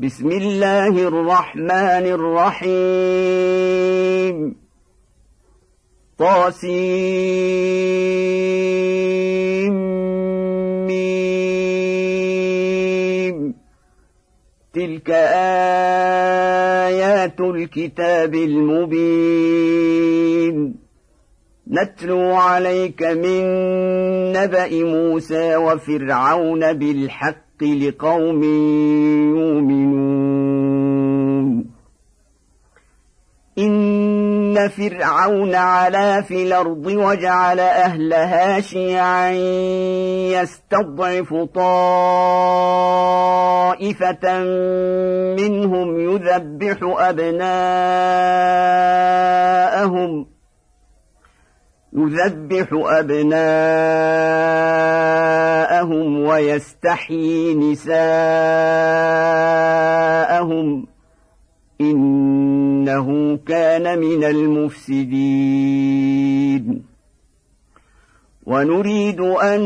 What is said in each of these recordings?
بسم الله الرحمن الرحيم طاسيم تلك آيات الكتاب المبين نتلو عليك من نبأ موسى وفرعون بالحق لقوم يؤمنون إن فرعون علا في الأرض وجعل أهلها شيعا يستضعف طائفة منهم يذبح أبناءهم ويستحيي نساءهم إنه كان من المفسدين ونريد أن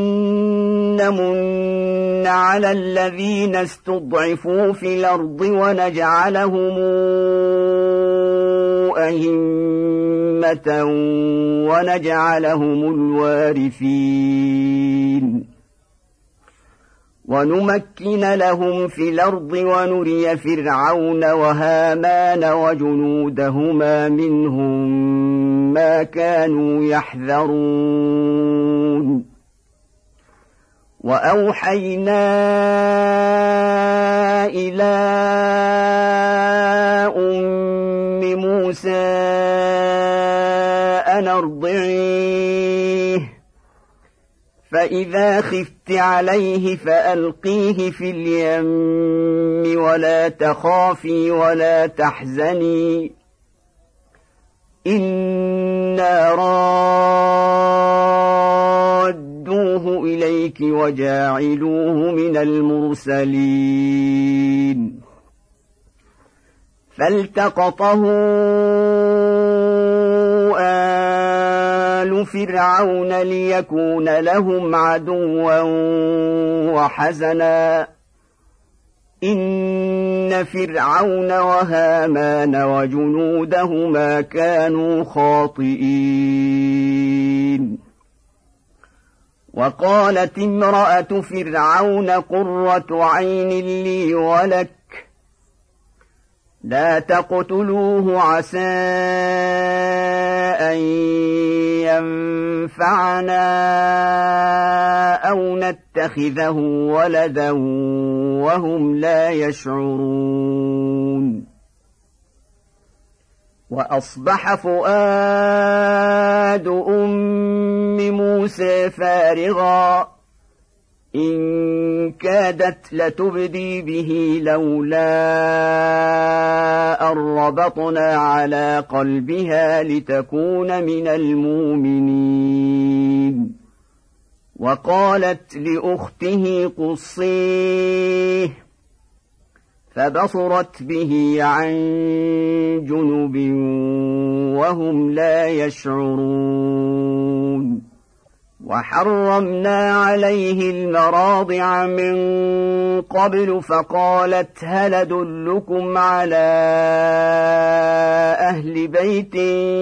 نمن على الذين استضعفوا في الأرض ونجعلهم أئمة ونجعلهم الوارثين ونمكن لهم في الأرض ونري فرعون وهامان وجنودهما منهم ما كانوا يحذرون وأوحينا إلى أم موسى أن أرضعيه فإذا خفت عليه فألقيه في اليم ولا تخافي ولا تحزني إنا رادوه إليك وجاعلوه من المرسلين فالتقطه آل فرعون ليكون لهم عدوا وحزنا إن فرعون وهامان وجنودهما كانوا خاطئين وقالت امرأة فرعون قرة عين لي ولك لا تقتلوه عسى أن ينفعنا أو نتخذه ولدا وهم لا يشعرون وأصبح فؤاد أم موسى فارغا إن كادت لتبدي به لولا أن ربطنا على قلبها لتكون من المؤمنين وقالت لأخته قصيه فبصرت به عن جنب وهم لا يشعرون وحرمنا عليه المراضع من قبل فقالت هل أدلكم على أهل بيت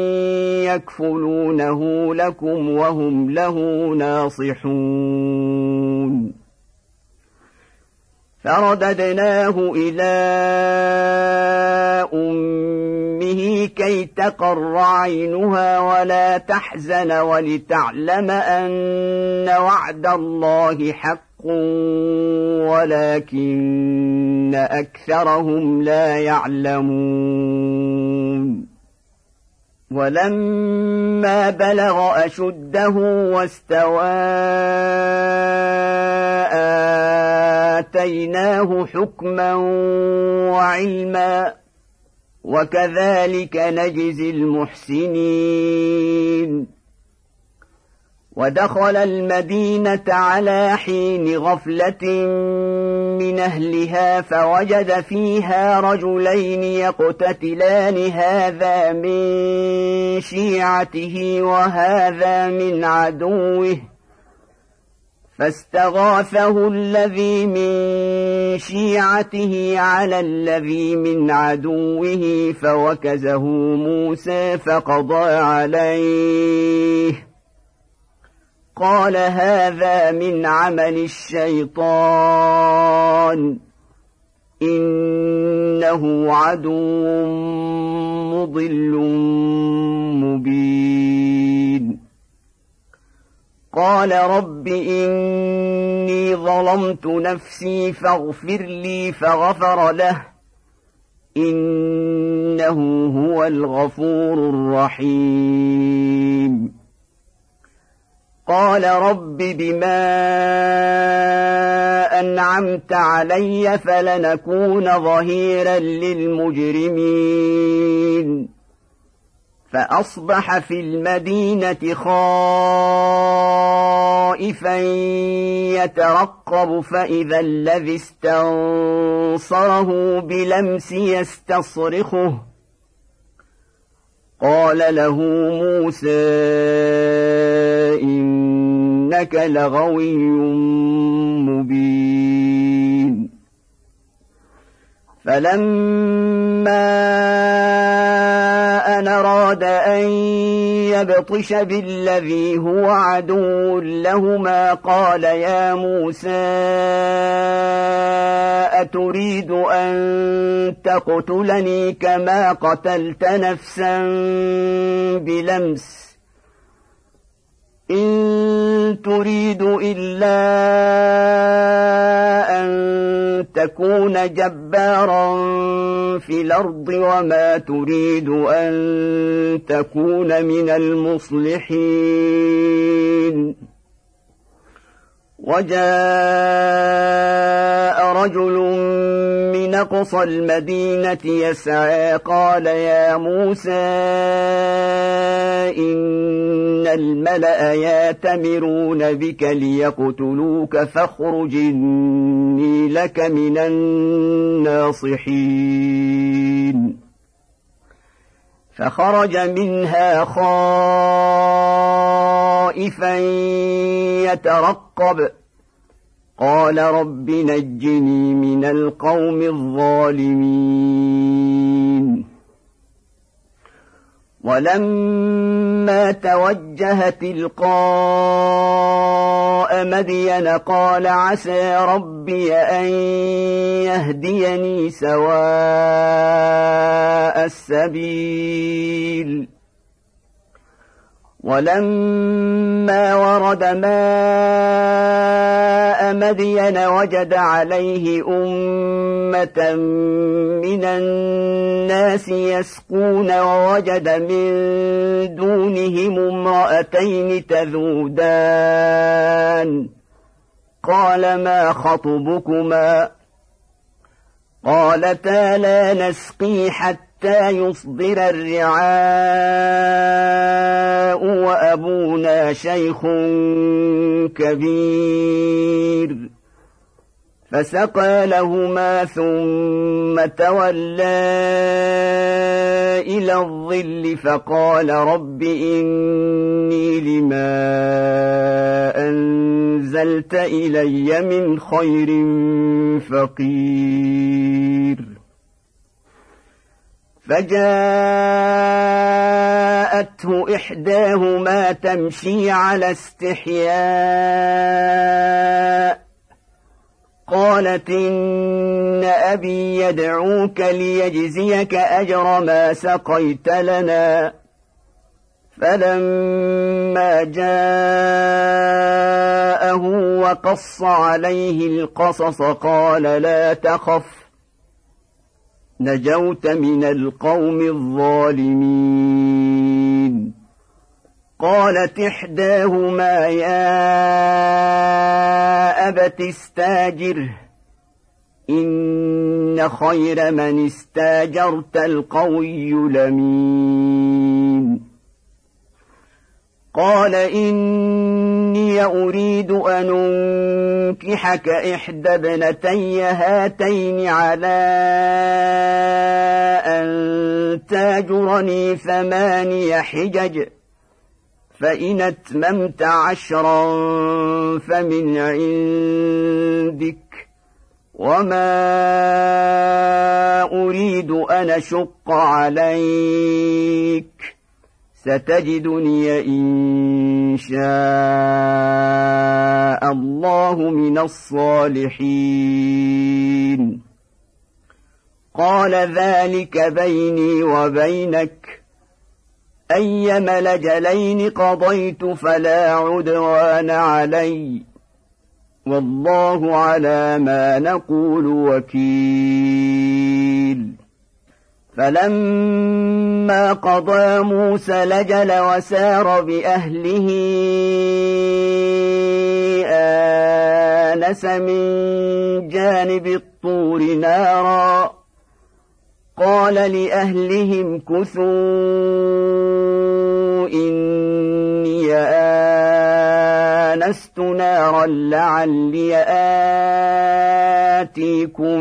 يكفلونه لكم وهم له ناصحون فرددناه إلى أمه كي تقر عينها ولا تحزن ولتعلم أن وعد الله حق ولكن أكثرهم لا يعلمون ولما بلغ أشده واستوى آتيناه حكما وعلما وكذلك نجزي المحسنين ودخل المدينة على حين غفلة من أهلها فوجد فيها رجلين يقتتلان هذا من شيعته وهذا من عدوه فاستغاثه الذي من شيعته على الذي من عدوه فوكزه موسى فقضى عليه قال هذا من عمل الشيطان إنه عدو مضل مبين قال رب إني ظلمت نفسي فاغفر لي فغفر له إنه هو الغفور الرحيم قال رب بما أنعمت علي فلنكون ظهيرا للمجرمين فأصبح في المدينة خائفا يترقب فإذا الذي استنصره بلمس يستصرخه قال له موسى إنك لغوي مبين فلما أن أراد أن يبطش بالذي هو عدو لهما قال يا موسى أتريد أن تقتلني كما قتلت نفسا بلمس إن تريد إلا أن تكون جبارا في الأرض وما تريد أن تكون من المصلحين وجاء رجل من أقصى المدينة يسعى قال يا موسى إن الملأ يأتمرون بك ليقتلوك فاخرج إني لك من الناصحين فخرج منها خائفا يترقب قال رب نجني من القوم الظالمين ولما توجه تلقاء مدين قال عسى ربي أن يهديني سواء السبيل ولما ورد ماء مدين وجد عليه أمة من الناس يسقون ووجد من دونهم امرأتين تذودان قال ما خطبكما قالتا لا نسقي حتى يصدر الرعاء وأبونا شيخ كبير فسقى لهما ثم تولى إلى الظل فقال رب إني لما أنزلت إلي من خير فقير فجاءته إحداهما تمشي على استحياء قالت إن أبي يدعوك ليجزيك أجر ما سقيت لنا فلما جاءه وقص عليه القصص قال لا تخف نجوت من القوم الظالمين قالت إحداهما يا أبت استاجره إن خير من استاجرت القوي الأمين قال إني أريد أن أنكحك إحدى ابنتي هاتين على أن تاجرني 8 حجج فإن أتممت 10 فمن عندك وما أريد أن أشق عليك ستجدني إن شاء الله من الصالحين قال ذلك بيني وبينك أيما الأجلين قضيت فلا عدوان علي والله على ما نقول وكيل فلما قضى موسى الأجل وسار بأهله آنس من جانب الطور نارا قال لأهلهم كثوا إني آنست نارا لعلي آتيكم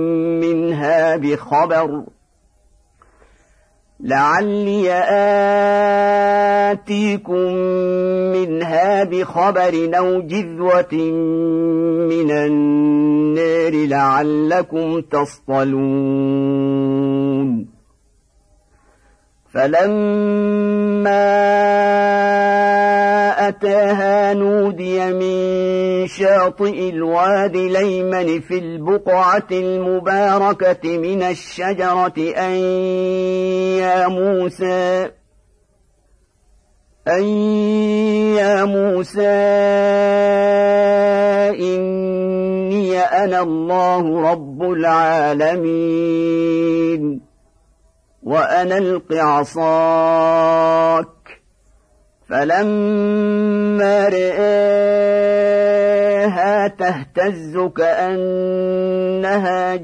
منها بخبر أو جذوة من النار لعلكم تصطلون فلما أتاها نودي من شاطئ الوادي الأيمن في البقعة المباركة من الشجرة أن يا موسى إني أنا الله رب العالمين وأن ألق عصاك فلما رآها تهتز كأنها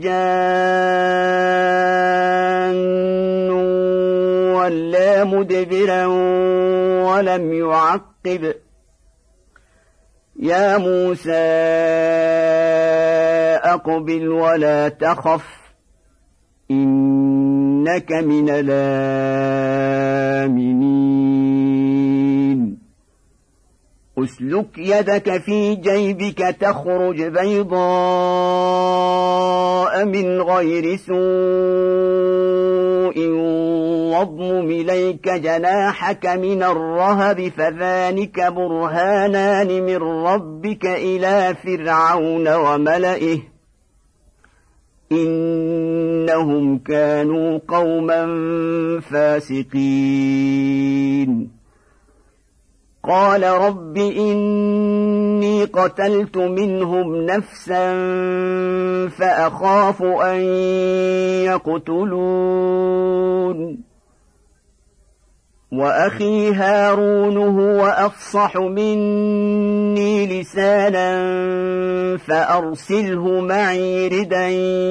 جان ولا مدبرا ولم يعقب يا موسى أقبل ولا تخف إنك من الآمنين أسلك يدك في جيبك تخرج بيضاء من غير سوء واضمم إليك جناحك من الرهب فذلك برهانان من ربك إلى فرعون وملئه إنهم كانوا قوما فاسقين قال رب إني قتلت منهم نفسا فأخاف أن يقتلون وأخي هارون هو أفصح مني لسانا فأرسله معي ردا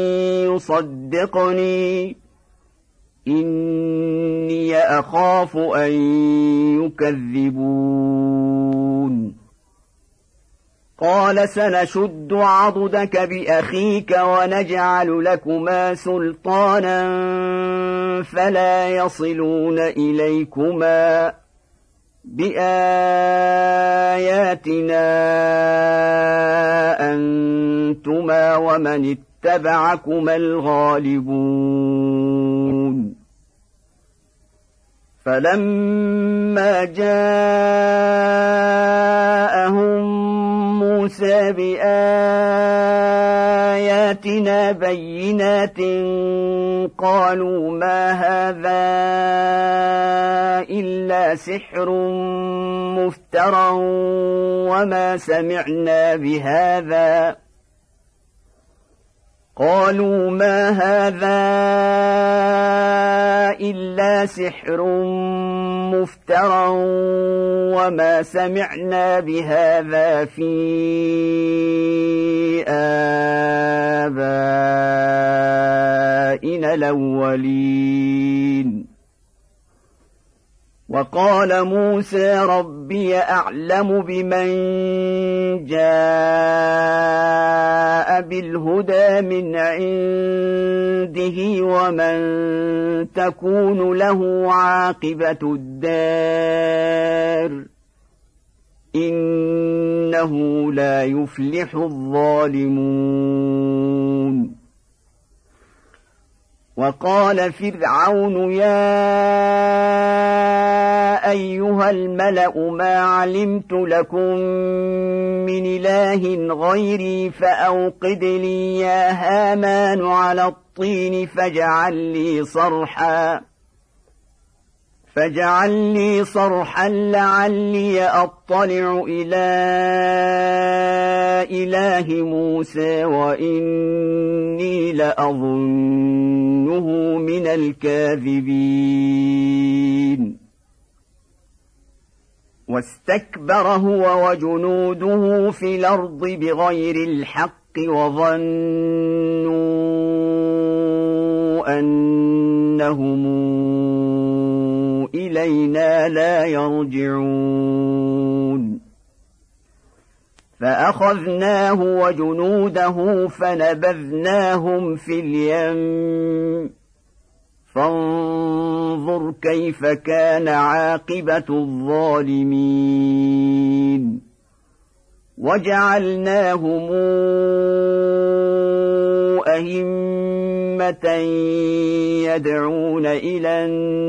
يصدقني إني أخاف أن يكذبون قال سنشد عضدك بأخيك ونجعل لكما سلطانا فلا يصلون إليكما بآياتنا أنتما ومن اتبعكما الغالبون فلما جاءهم موسى بآياتنا بينات قالوا ما هذا إلا سحر مفترى وما سمعنا بهذا قالوا ما هذا إلا سحر مفترى وما سمعنا بهذا في آبائنا الأولين وقال موسى ربي أعلم بمن جاء بالهدى من عنده ومن تكون له عاقبة الدار إنه لا يفلح الظالمون. وقال فرعون يا أيها الملأ ما علمت لكم من إله غيري فأوقد لي يا هامان على الطين فاجعل لي صرحا لعلي أطلع إلى إله موسى وإني لأظنه من الكاذبين. واستكبر هو وجنوده في الأرض بغير الحق وظنوا أنهم إلينا لا يرجعون. فأخذناه وجنوده فنبذناهم في اليم فانظر كيف كان عاقبة الظالمين. وجعلناهم أئمة يدعون إلى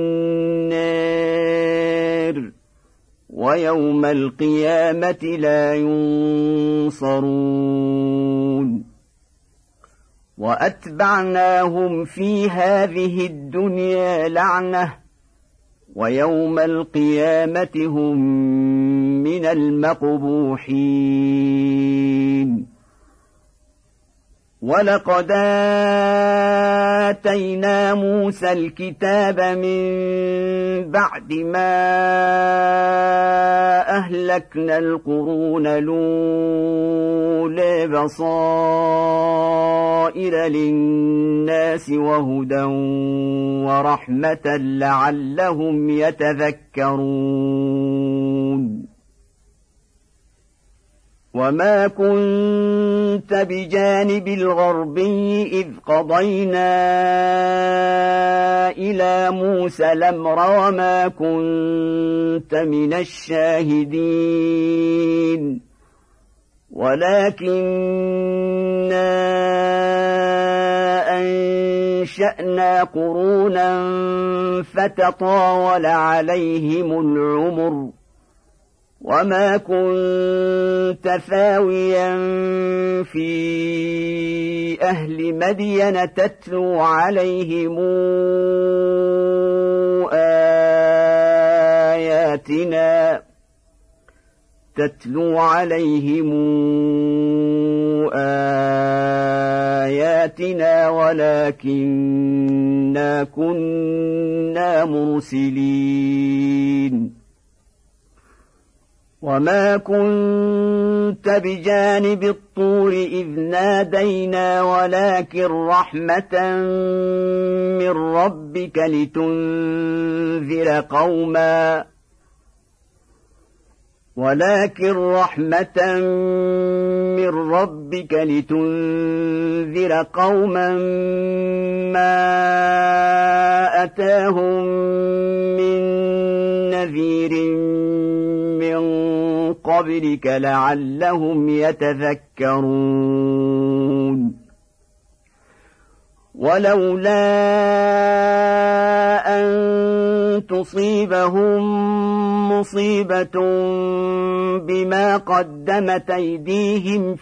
النار ويوم القيامة لا ينصرون. وأتبعناهم في هذه الدنيا لعنة ويوم القيامة هم من المقبوحين. ولقد آتينا موسى الكتاب من بعد ما أهلكنا القرون الأولى بصائر للناس وهدى ورحمة لعلهم يتذكرون. وما كنت بجانب الغربي إذ قضينا إلى موسى الأمر وما كنت من الشاهدين ولكننا أنشأنا قرونا فتطاول عليهم العمر وما كنت ثاويا في أهل مدين تتلو عليهم آياتنا ولكننا كنا مرسلين. وما كنت بجانب الطور إذ نادينا ولكن رحمة من ربك لتنذر قوما ما أتاهم من نذير من قبلك لعلهم يتذكرون. ولولا أن تصيبهم مصيبة بما قدمت أيديهم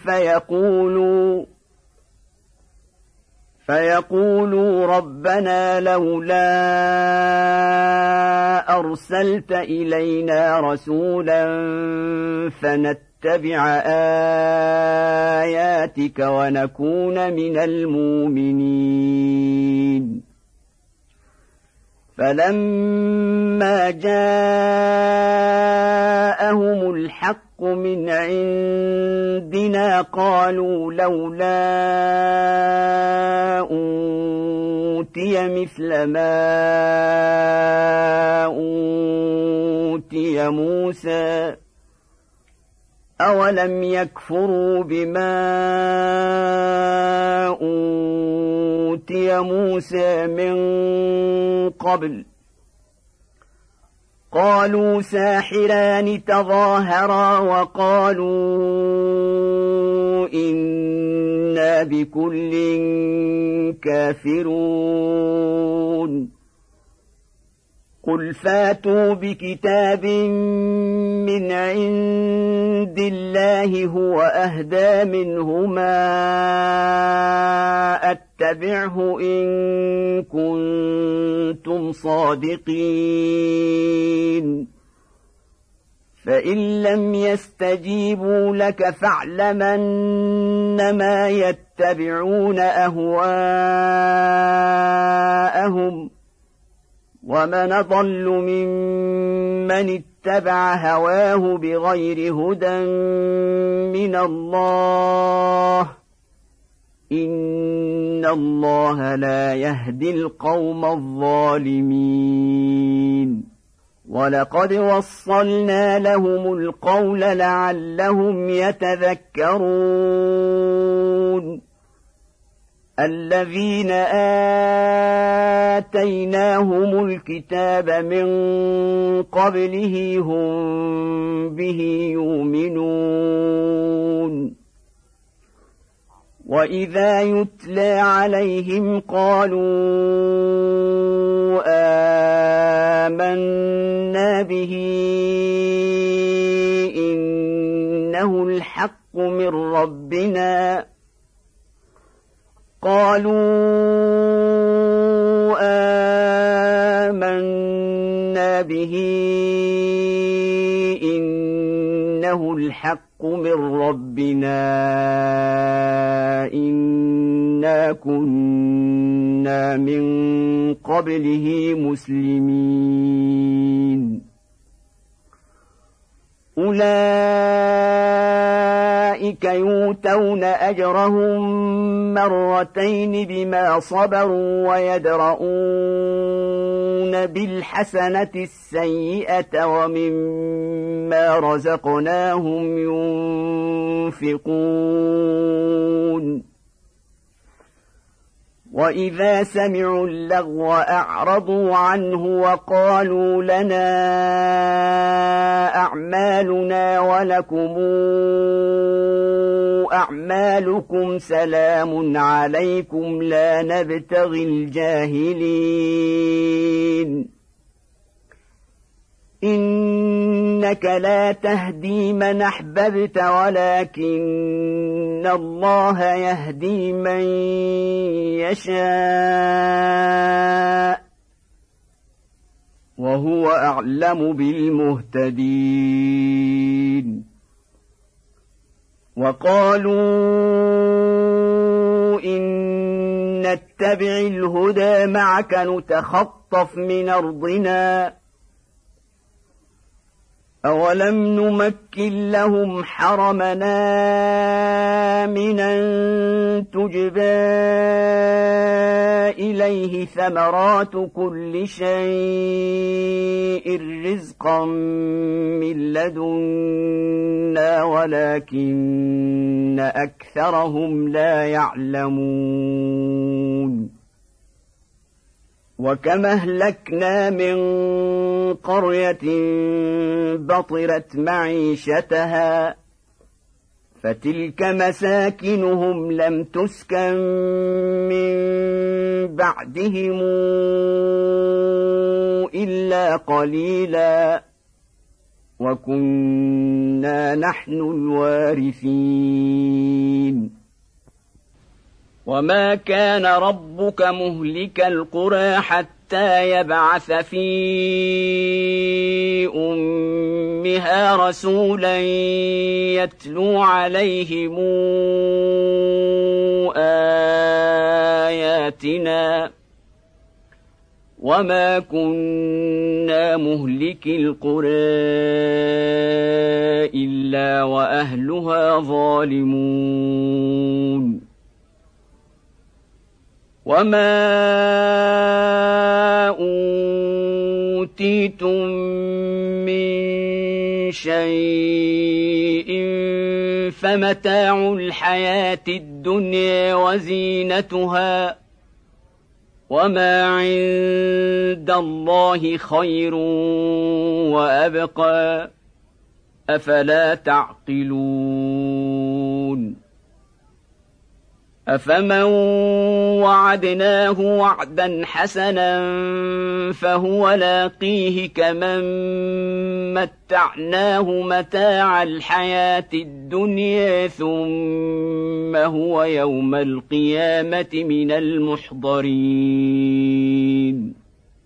فيقولوا ربنا لولا أرسلت إلينا رسولا فنتبع آياتك ونكون من المؤمنين. فلما جاءهم الحق من عندنا قالوا لولا أوتي مثل ما أوتي موسى أولم يكفروا بما أوتي موسى من قبل قالوا ساحران تظاهرا وقالوا إنا بكل كافرون قل فاتوا بكتاب من عند الله هو أهدى منهما أتبعه إن كنتم صادقين فإن لم يستجيبوا لك فاعلم أنما يتبعون أهواءهم ومن أضل ممن اتبع هواه بغير هدى من الله إن الله لا يهدي القوم الظالمين ولقد وصلنا لهم القول لعلهم يتذكرون الذين آتيناهم الكتاب من قبله هم به يؤمنون وإذا يتلى عليهم قالوا آمنا به إنه الحق من ربنا آمنا به إنه الحق من ربنا إنا كنا من قبله مسلمين أولئك يؤتون أجرهم مرتين بما صبروا ويدرؤون بالحسنة السيئة ومما رزقناهم ينفقون وإذا سمعوا اللغو أعرضوا عنه وقالوا لنا أعمالنا ولكم أعمالكم سلام عليكم لا نبتغي الجاهلين إنك لا تهدي من أحببت ولكن الله يهدي من يشاء وهو أعلم بالمهتدين وقالوا إن نتبع الهدى معك نتخطف من أرضنا أولم نمكن لهم حرمنا آمنا تجبى إليه ثمرات كل شيء رزقا من لدنا ولكن أكثرهم لا يعلمون وكم أهلكنا من قرية بطرت معيشتها فتلك مساكنهم لم تسكن من بعدهم إلا قليلا وكنا نحن الوارثين وما كان ربك مهلك القرى حتى يبعث في أمها رسولا يتلو عليهم آياتنا وما كنا مهلك القرى إلا وأهلها ظالمون وما أوتيتم من شيء فمتاع الحياة الدنيا وزينتها وما عند الله خير وأبقى أفلا تعقلون أفمن وعدناه وعدا حسنا فهو لاقيه كمن متعناه متاع الحياة الدنيا ثم هو يوم القيامة من المحضرين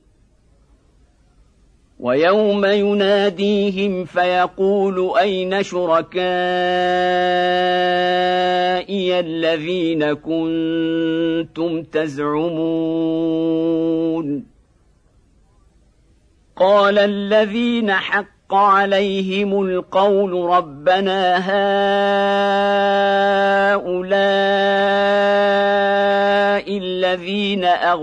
ويوم يناديهم فيقول أين شركائي الذين كنتم تزعمون قال الذين حق عليهم القول ربنا هؤلاء الذين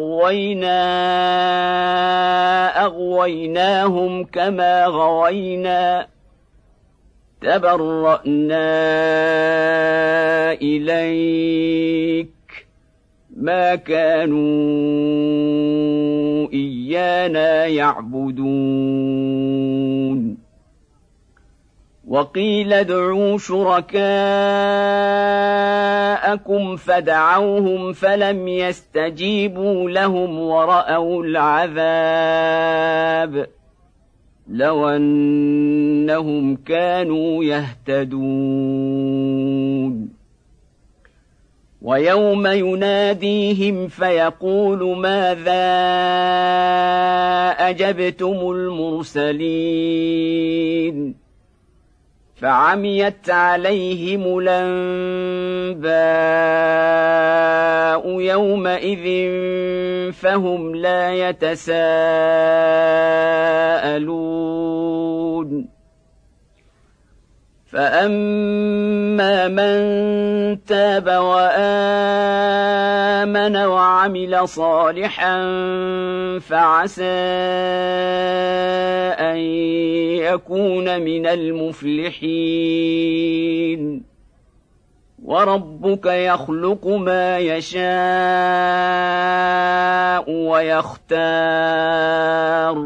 أغويناهم كما غوينا تبرأنا إليك ما كانوا إيانا يعبدون وقيل ادعوا شركاءكم فدعوهم فلم يستجيبوا لهم ورأوا العذاب لو أنهم كانوا يهتدون ويوم يناديهم فيقول ماذا أجبتم المرسلين فعميت عليهم الأنباء يومئذ فهم لا يتساءلون فأما من تاب وآمن وعمل صالحا فعسى أن يكون من المفلحين وربك يخلق ما يشاء ويختار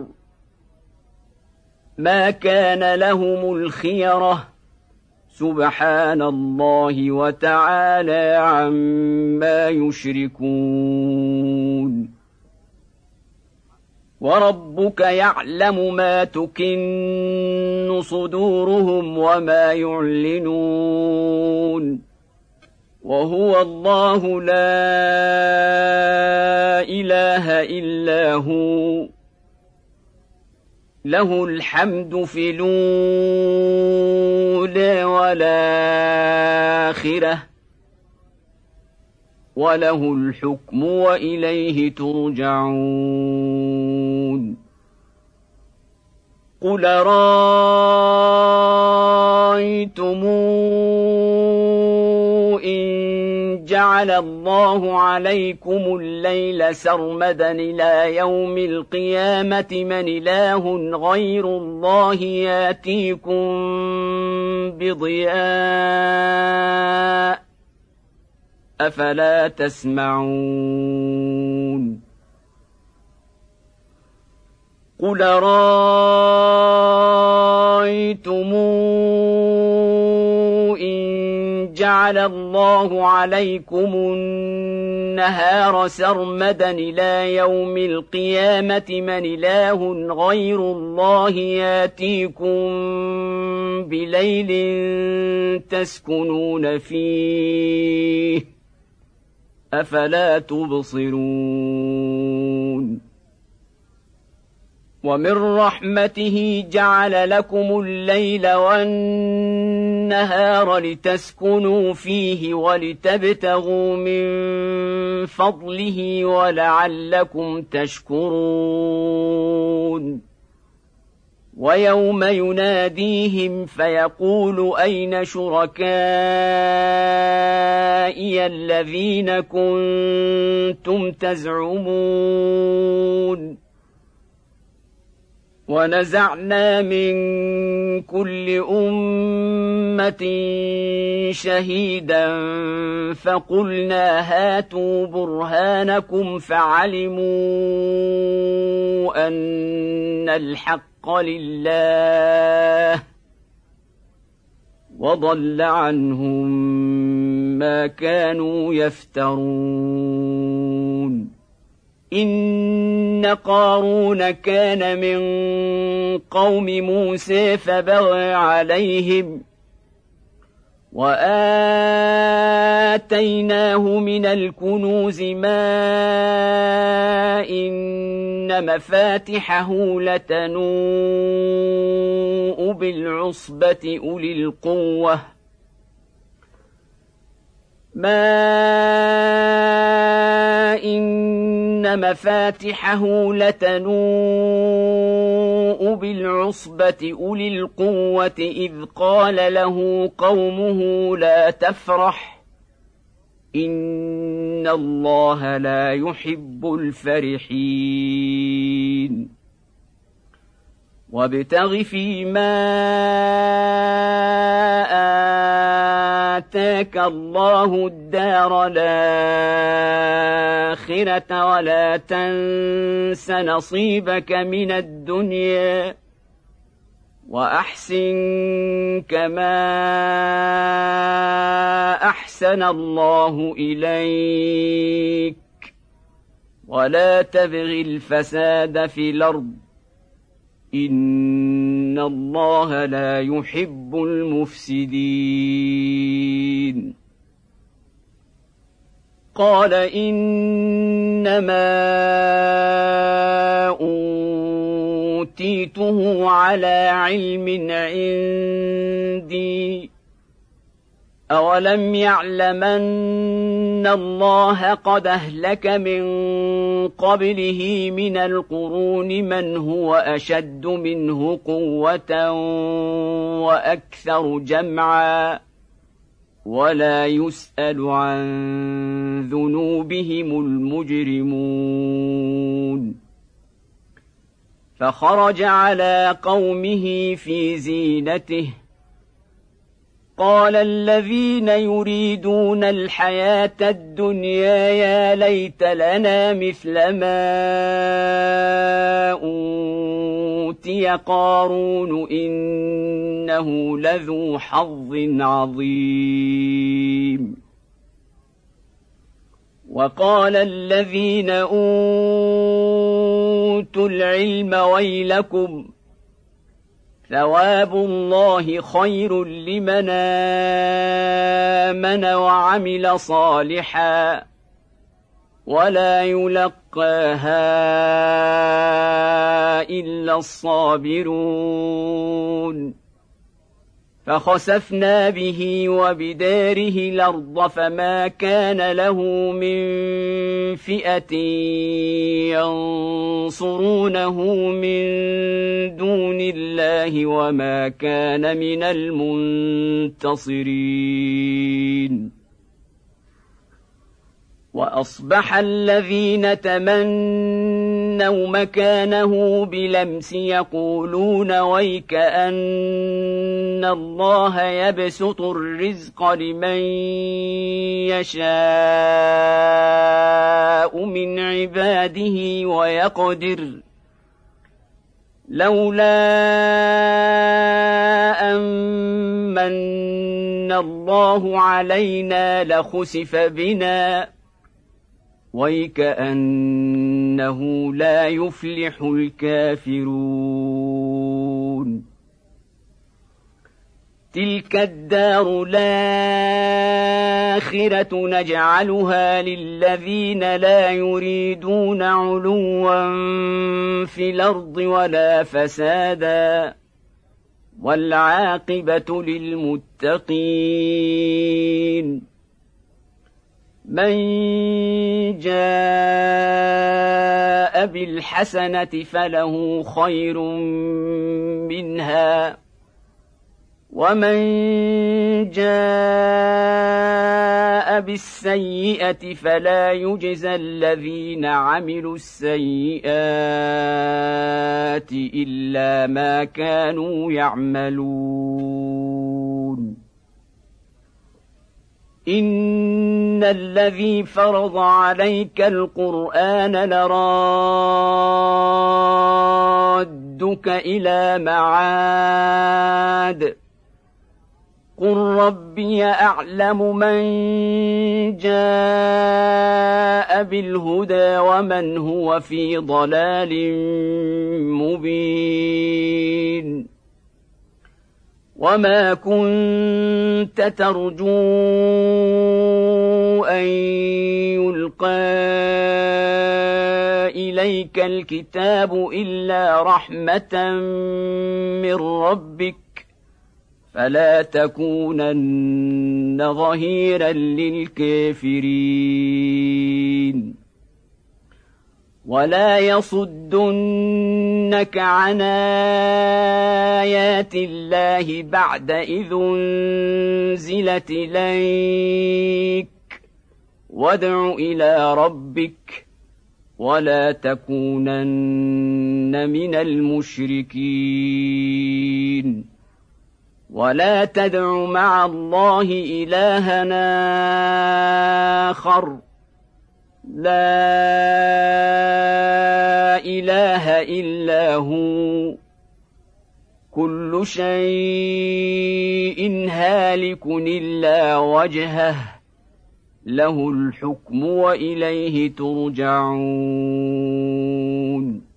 ما كان لهم الخيرة سبحان الله وتعالى عما يشركون وربك يعلم ما تكن صدورهم وما يعلنون وهو الله لا إله إلا هو له الحمد في الأولى والآخرة وله الحكم وإليه ترجعون قل رأيتم إن جعل الله عليكم الليل سرمدا إلى يوم القيامة من إله غير الله ياتيكم بضياء أفلا تسمعون قل رأيتم إن جعل الله عليكم النهار سرمدا إلى يوم القيامة من إله غير الله ياتيكم بليل تسكنون فيه أفلا تبصرون ومن رحمته جعل لكم الليل والنهار لتسكنوا فيه ولتبتغوا من فضله ولعلكم تشكرون ويوم يناديهم فيقول أين شركائي الذين كنتم تزعمون ونزعنا من كل أمة شهيدا فقلنا هاتوا برهانكم فعلموا أن الحق لله وضل عنهم ما كانوا يفترون. إن قارون كان من قوم موسى فبغى عليهم وآتيناه من الكنوز ما إن مفاتحه لتنوء بالعصبة أولي القوة إن مفاتحه لتنوء بالعصبة أولي القوة إذ قال له قومه لا تفرح إن الله لا يحب الفرحين. وابتغ فيما آتاك الله الدار الآخرة ولا تنس نصيبك من الدنيا وأحسن كما أحسن الله إليك ولا تبغ الفساد في الأرض إن الله لا يحب المفسدين. قال إنما أوتيته على علم عندي أولم يعلم أن الله قد أهلك من قبله من القرون من هو أشد منه قوة وأكثر جمعا ولا يسأل عن ذنوبهم المجرمون. فخرج على قومه في زينته قال الذين يريدون الحياة الدنيا يا ليت لنا مثل ما أوتي قارون إنه لذو حظ عظيم. وقال الذين أوتوا العلم ويلكم ثواب الله خير لمن آمن وعمل صالحا ولا يلقاها إلا الصابرون. فخسفنا به وبداره الأرض فما كان له من فئة ينصرونه من دون الله وما كان من المنتصرين. وأصبح الذين تمنوا مكانه بلمس يقولون ويك أن الله يبسط الرزق لمن يشاء من عباده ويقدر لولا أمن الله علينا لخسف بنا ويكأنه لا يفلح الكافرون. تلك الدار الآخرة نجعلها للذين لا يريدون علوا في الأرض ولا فسادا والعاقبة للمتقين. من جاء بالحسنة فله خير منها ومن جاء بالسيئة فلا يجزى الذين عملوا السيئات إلا ما كانوا يعملون إن الذي فرض عليك القرآن لرادك إلى معاد قل ربي أعلم من جاء بالهدى ومن هو في ضلال مبين وما كنت ترجو أن يلقى إليك الكتاب إلا رحمة من ربك فلا تكونن ظهيرا للكافرين ولا يصدنك عن آيات الله بعد إذ أنزلت إليك وادع إلى ربك ولا تكونن من المشركين ولا تدع مع الله إلها آخر لا إله إلا هو كل شيء هالك إلا وجهه له الحكم وإليه ترجعون